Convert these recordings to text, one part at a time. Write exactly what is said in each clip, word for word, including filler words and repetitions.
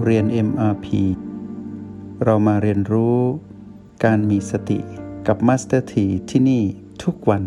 เรียน เอ็ม อาร์ พี เรามาเรียนรู้การมีสติกับ Master T ที่นี่ทุกวัน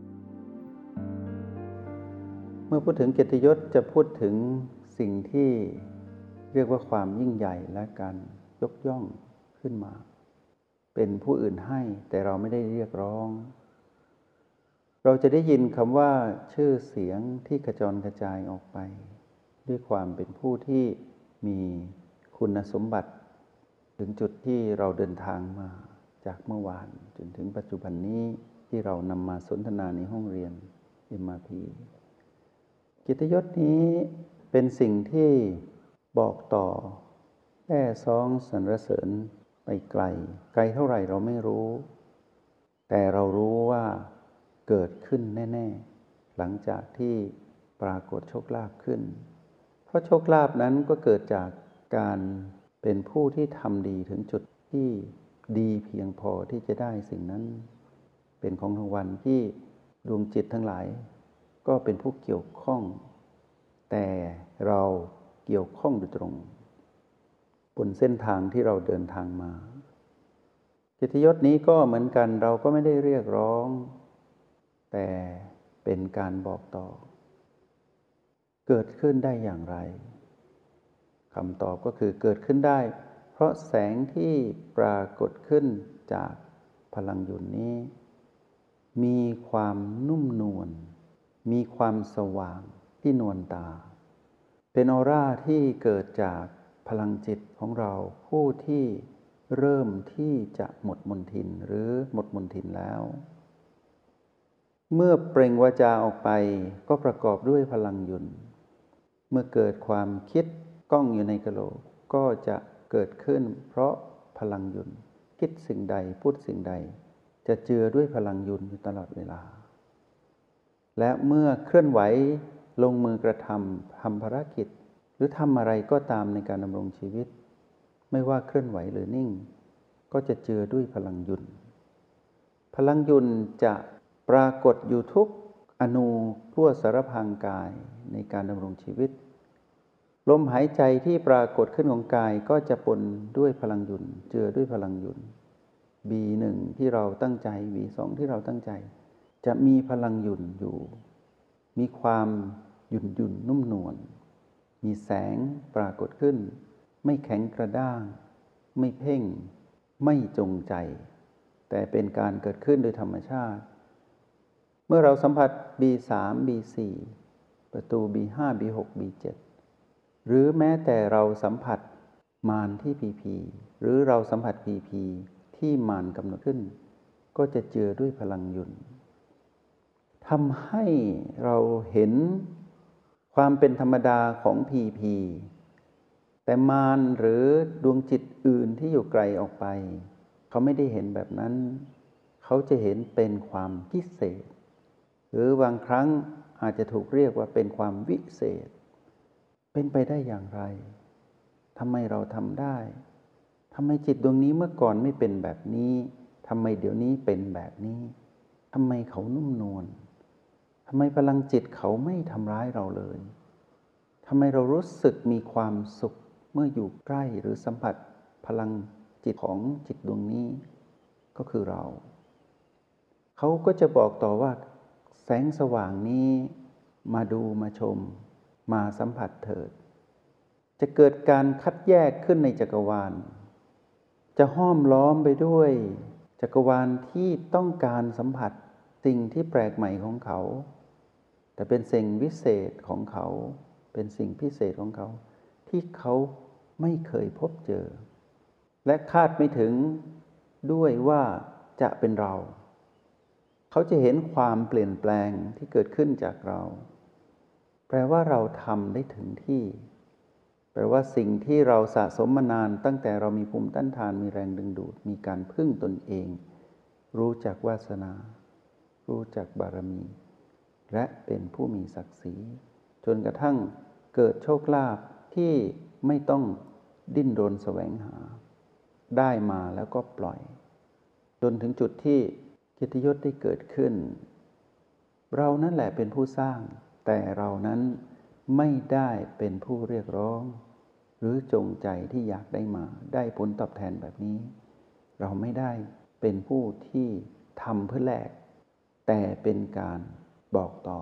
เมื่อพูดถึงเกียรติยศจะพูดถึงสิ่งที่เรียกว่าความยิ่งใหญ่และการยกย่องขึ้นมาเป็นผู้อื่นให้แต่เราไม่ได้เรียกร้องเราจะได้ยินคำว่าชื่อเสียงที่กระจรกระจายออกไปด้วยความเป็นผู้ที่มีคุณสมบัติถึงจุดที่เราเดินทางมาจากเมื่อวานจนถึงปัจจุบันนี้ที่เรานำมาสนทนาในห้องเรียน เอ็ม อาร์ พี เกียรติยศนี้เป็นสิ่งที่บอกต่อแค่ซ้องสรรเสริญไปไกลไกลเท่าไหร่เราไม่รู้แต่เรารู้ว่าเกิดขึ้นแน่ๆหลังจากที่ปรากฏโชคลาภขึ้นเพราะโชคลาภนั้นก็เกิดจากการเป็นผู้ที่ทำดีถึงจุดที่ดีเพียงพอที่จะได้สิ่งนั้นเป็นของรางวัลที่ดวงจิตทั้งหลายก็เป็นผู้เกี่ยวข้องแต่เราเกี่ยวข้องโดยตรงบนเส้นทางที่เราเดินทางมาเกียรติยศนี้ก็เหมือนกันเราก็ไม่ได้เรียกร้องแต่เป็นการบอกต่อเกิดขึ้นได้อย่างไรคำตอบก็คือเกิดขึ้นได้เพราะแสงที่ปรากฏขึ้นจากพลังหยุนนี้มีความนุ่มนวลมีความสว่างที่นวลตาเป็นออร่าที่เกิดจากพลังจิตของเราผู้ที่เริ่มที่จะหมดมลทินหรือหมดมลทินแล้วเมื่อเปล่งวาจาออกไปก็ประกอบด้วยพลังหยุนเมื่อเกิดความคิดก้องอยู่ในกะโหลกก็จะเกิดขึ้นเพราะพลังหยุนคิดสิ่งใดพูดสิ่งใดจะเจือด้วยพลังหยุนอยู่ตลอดเวลาและเมื่อเคลื่อนไหวลงมือกระทำทำภารกิจหรือทำอะไรก็ตามในการดำรงชีวิตไม่ว่าเคลื่อนไหวหรือนิ่งก็จะเจือด้วยพลังหยุนพลังหยุนจะปรากฏอยู่ทุกอนูทั่วสารพางกายในการดำรงชีวิตลมหายใจที่ปรากฏขึ้นของกายก็จะปนด้วยพลังหยุนเจือด้วยพลังหยุน บี หนึ่ง ที่เราตั้งใจ บี สอง ที่เราตั้งใจจะมีพลังหยุนอยู่มีความหยุ่นหยุ่นนุ่มนวลมีแสงปรากฏขึ้นไม่แข็งกระด้างไม่เพ่งไม่จงใจแต่เป็นการเกิดขึ้นโดยธรรมชาติเมื่อเราสัมผัส บี สาม บี สี่ ประตู บี ห้า บี หก บี เจ็ด หรือแม้แต่เราสัมผัสมารที่ พี พี หรือเราสัมผัส พี พี ที่มารกำหนดขึ้นก็จะเจือด้วยพลังหยุนทำให้เราเห็นความเป็นธรรมดาของ พี พี แต่มารหรือดวงจิตอื่นที่อยู่ไกลออกไปเขาไม่ได้เห็นแบบนั้นเขาจะเห็นเป็นความพิเศษหรือบางครั้งอาจจะถูกเรียกว่าเป็นความวิเศษเป็นไปได้อย่างไรทำไมเราทำได้ทำไมจิตดวงนี้เมื่อก่อนไม่เป็นแบบนี้ทำไมเดี๋ยวนี้เป็นแบบนี้ทำไมเขานุ่มนวลทำไมพลังจิตเขาไม่ทำร้ายเราเลยทำไมเรารู้สึกมีความสุขเมื่ออยู่ใกล้หรือสัมผัสพลังจิตของจิตดวงนี้ก็คือเราเขาก็จะบอกต่อว่าแสงสว่างนี้มาดูมาชมมาสัมผัสเถิดจะเกิดการคัดแยกขึ้นในจักรวาลจะห้อมล้อมไปด้วยจักรวาลที่ต้องการสัมผัสสิ่งที่แปลกใหม่ของเขาแต่เป็นสิ่งวิเศษของเขาเป็นสิ่งพิเศษของเขาที่เขาไม่เคยพบเจอและคาดไม่ถึงด้วยว่าจะเป็นเราเขาจะเห็นความเปลี่ยนแปลงที่เกิดขึ้นจากเราแปลว่าเราทำได้ถึงที่แปลว่าสิ่งที่เราสะสมมานานตั้งแต่เรามีภูมิต้านทานมีแรงดึงดูดมีการพึ่งตนเองรู้จักวาสนารู้จักบารมีและเป็นผู้มีศักดิ์ศรีจนกระทั่งเกิดโชคลาภที่ไม่ต้องดิ้นรนแสวงหาได้มาแล้วก็ปล่อยจนถึงจุดที่เกียรติยศได้เกิดขึ้นเรานั่นแหละเป็นผู้สร้างแต่เรานั้นไม่ได้เป็นผู้เรียกร้องรือจงใจที่อยากได้มาได้ผลตอบแทนแบบนี้เราไม่ได้เป็นผู้ที่ทำเพื่อแลกแต่เป็นการบอกต่อ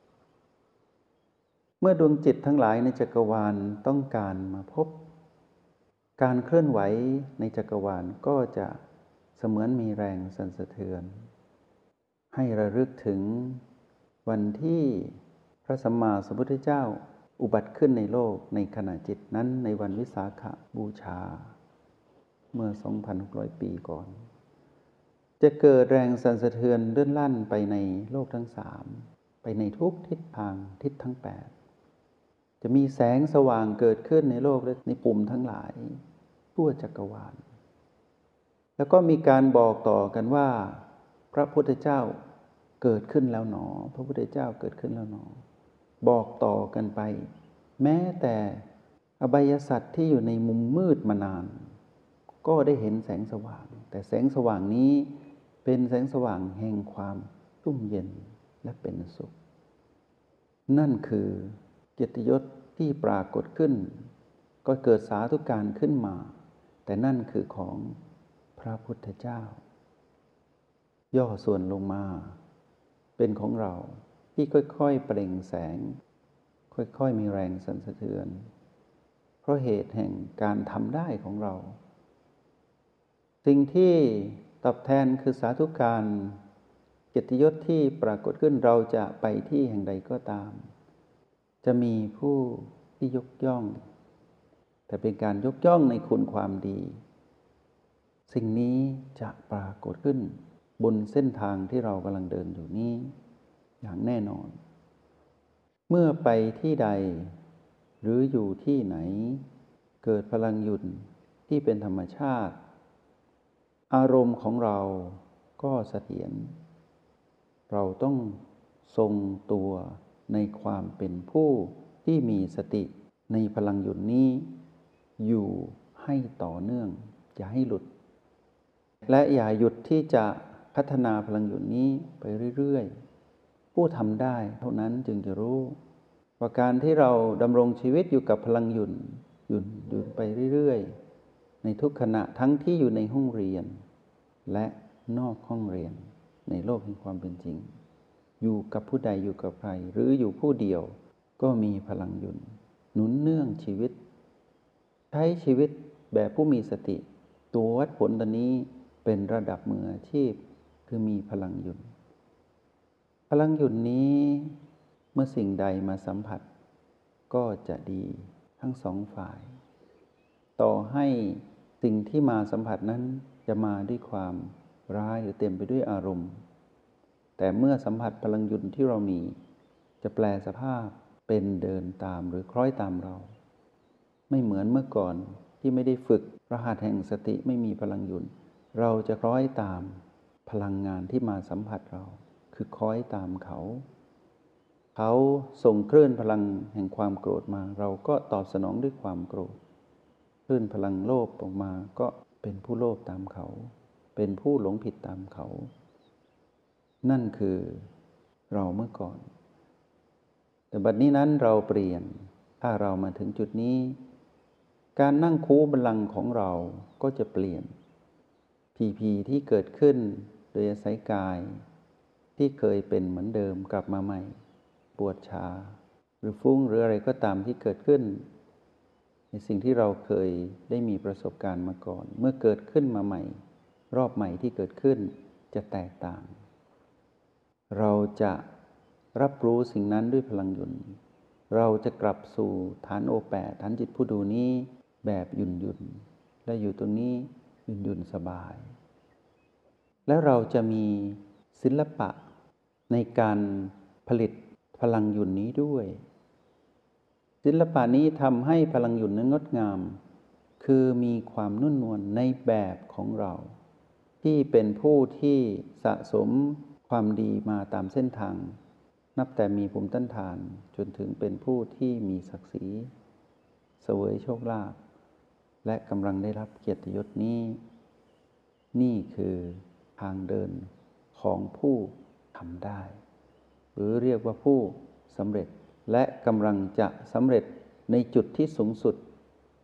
เมื่อดวงจิตทั้งหลายในจักรวาลต้องการมาพบการเคลื่อนไหวในจักรวาลก็จะเสมือนมีแรงสั่นสะเทือนให้ระลึกถึงวันที่พระสัมมาสัมพุทธเจ้าอุบัติขึ้นในโลกในขณะจิตนั้นในวันวิสาขบูชาเมื่อ สองพันหกร้อย ปีก่อนจะเกิดแรงสั่นสะเทือนเลื่อนลั่นไปในโลกทั้งสามไปในทุกทิศทางทิศทั้งแปดจะมีแสงสว่างเกิดขึ้นในโลกและในปุ่มทั้งหลายทั่วจักรวาลแล้วก็มีการบอกต่อกันว่าพระพุทธเจ้าเกิดขึ้นแล้วหนอพระพุทธเจ้าเกิดขึ้นแล้วหนอบอกต่อกันไปแม้แต่อบายสัตว์ที่อยู่ในมุมมืดมานานก็ได้เห็นแสงสว่างแต่แสงสว่างนี้เป็นแสงสว่างแห่งความชุ่มเย็นและเป็นสุขนั่นคือเกียรติยศที่ปรากฏขึ้นก็เกิดสาธุการขึ้นมาแต่นั่นคือของพระพุทธเจ้าย่อส่วนลงมาเป็นของเราที่ค่อยๆเปล่งแสงค่อยๆมีแรงสั่นสะเทือนเพราะเหตุแห่งการทำได้ของเราสิ่งที่ตอบแทนคือสาธุการเกียรติยศที่ปรากฏขึ้นเราจะไปที่แห่งใดก็ตามจะมีผู้ที่ยกย่องแต่เป็นการยกย่องในคุณความดีสิ่งนี้จะปรากฏขึ้นบนเส้นทางที่เรากำลังเดินอยู่นี้อย่างแน่นอนเมื่อไปที่ใดหรืออยู่ที่ไหนเกิดพลังหยุดที่เป็นธรรมชาติอารมณ์ของเราก็เสถียรเราต้องทรงตัวในความเป็นผู้ที่มีสติในพลังหยุดนี้อยู่ให้ต่อเนื่องอย่าให้หลุดและอย่าหยุดที่จะพัฒนาพลังหยุดนี้ไปเรื่อยๆผู้ทำได้เท่านั้นจึงจะรู้ว่าการที่เราดำรงชีวิตอยู่กับพลังหยุดหยุดหยุดไปเรื่อยๆในทุกขณะทั้งที่อยู่ในห้องเรียนและนอกห้องเรียนในโลกแห่งความเป็นจริงอยู่กับผู้ใดอยู่กับใครหรืออยู่ผู้เดียวก็มีพลังหยุดหนุนเนื่องชีวิตใช้ชีวิตแบบผู้มีสติตัววัดผลตอนนี้เป็นระดับมืออาชีพคือมีพลังหยุดพลังหยุดนี้เมื่อสิ่งใดมาสัมผัสก็จะดีทั้งสองฝ่ายต่อให้สิ่งที่มาสัมผัสนั้นจะมาด้วยความร้ายหรือเต็มไปด้วยอารมณ์แต่เมื่อสัมผัสพลังหยุดที่เรามีจะแปลสภาพเป็นเดินตามหรือคล้อยตามเราไม่เหมือนเมื่อก่อนที่ไม่ได้ฝึกรหัสแห่งสติไม่มีพลังหยุดเราจะคล้อยตามพลังงานที่มาสัมผัสเราคือคล้อยตามเขาเขาส่งคลื่นพลังแห่งความโกรธมาเราก็ตอบสนองด้วยความโกรธคลื่นพลังโลภออกมาก็เป็นผู้โลภตามเขาเป็นผู้หลงผิดตามเขานั่นคือเราเมื่อก่อนแต่บัดนี้นั้นเราเปลี่ยนถ้าเรามาถึงจุดนี้การนั่งคูบัลลังก์ของเราก็จะเปลี่ยนพีพีที่เกิดขึ้นโดยอาศัยกายที่เคยเป็นเหมือนเดิมกลับมาใหม่ปวดชาหรือฟุ้งหรืออะไรก็ตามที่เกิดขึ้นในสิ่งที่เราเคยได้มีประสบการณ์มาก่อนเมื่อเกิดขึ้นมาใหม่รอบใหม่ที่เกิดขึ้นจะแตกต่างเราจะรับรู้สิ่งนั้นด้วยพลังหยุดเราจะกลับสู่ฐานโอแปดฐานจิตผู้ดูนี้แบบหยุ่นหยุ่นและอยู่ตรงนี้หยุ่นหยุ่นสบายแล้วเราจะมีศิลปะในการผลิตพลังหยุ่นนี้ด้วยศิลปะนี้ทำให้พลังหยุ่นนั้นงดงามคือมีความนุ่มนวลในแบบของเราที่เป็นผู้ที่สะสมความดีมาตามเส้นทางนับแต่มีภูมิต้านทานจนถึงเป็นผู้ที่มีศักดิ์ศรีเสวยโชคลาภและกำลังได้รับเกียรติยศนี้นี่คือทางเดินของผู้ทำได้หรือเรียกว่าผู้สำเร็จและกำลังจะสำเร็จในจุดที่สูงสุด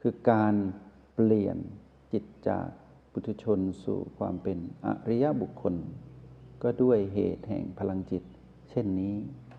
คือการเปลี่ยนจิตจากปุถุชนสู่ความเป็นอริยบุคคลก็ด้วยเหตุแห่งพลังจิตเช่นนี้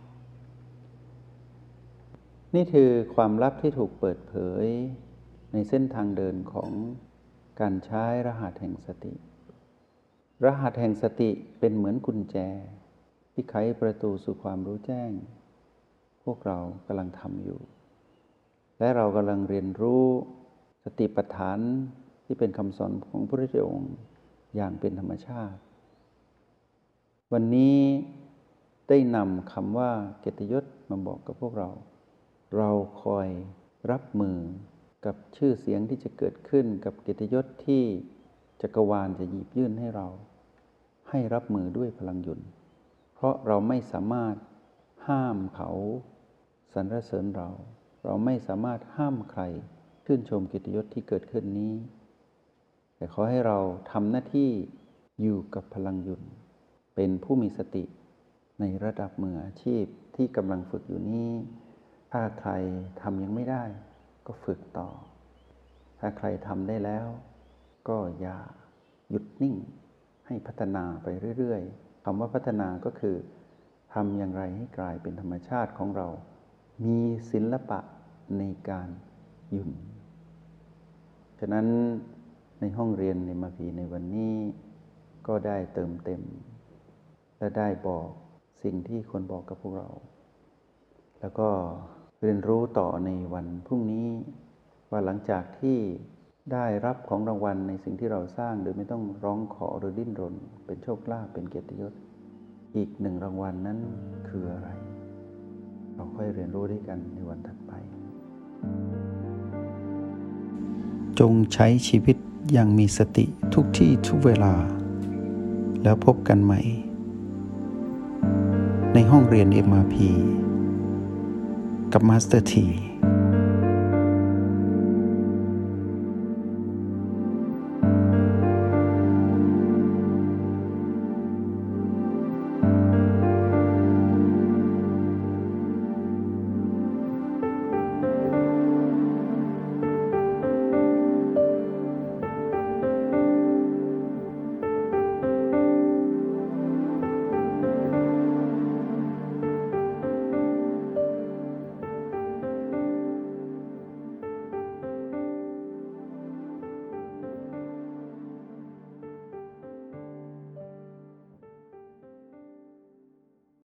นี่คือความลับที่ถูกเปิดเผยในเส้นทางเดินของการใช้รหัสแห่งสติรหัสแห่งสติเป็นเหมือนกุญแจที่ไขประตูสู่ความรู้แจ้งพวกเรากำลังทำอยู่และเรากำลังเรียนรู้สติปัฏฐานที่เป็นคำสอนของพระพุทธองค์อย่างเป็นธรรมชาติวันนี้ได้นำคำว่าเกียรติยศมาบอกกับพวกเราเราคอยรับมือกับชื่อเสียงที่จะเกิดขึ้นกับเกียรติยศที่จักรวาลจะหยิบยื่นให้เราให้รับมือด้วยพลังหยุดเพราะเราไม่สามารถห้ามเขาสรรเสริญเราเราไม่สามารถห้ามใครชื่นชมเกียรติยศที่เกิดขึ้นนี้แต่ขอให้เราทำหน้าที่อยู่กับพลังหยุดเป็นผู้มีสติในระดับมืออาชีพที่กำลังฝึกอยู่นี้ถ้าใครทำยังไม่ได้ก็ฝึกต่อถ้าใครทำได้แล้วก็อย่าหยุดนิ่งให้พัฒนาไปเรื่อยๆคำว่าพัฒนาก็คือทำอย่างไรให้กลายเป็นธรรมชาติของเรามีศิลปะในการหยุดฉะนั้นในห้องเรียนในมาพีในวันนี้ก็ได้เติมเต็มและได้บอกสิ่งที่ควรบอกกับพวกเราแล้วก็เรียนรู้ต่อในวันพรุ่งนี้ว่าหลังจากที่ได้รับของรางวัลในสิ่งที่เราสร้างโดยไม่ต้องร้องขอหรือดิ้นรนเป็นโชคลาภเป็นเกียรติยศอีกหนึ่งรางวัลนั้นคืออะไรเราค่อยเรียนรู้ด้วยกันในวันถัดไปจงใช้ชีวิตอย่างมีสติทุกที่ทุกเวลาแล้วพบกันใหม่ในห้องเรียน เอ็ม อาร์ พี กับมาสเตอร์ที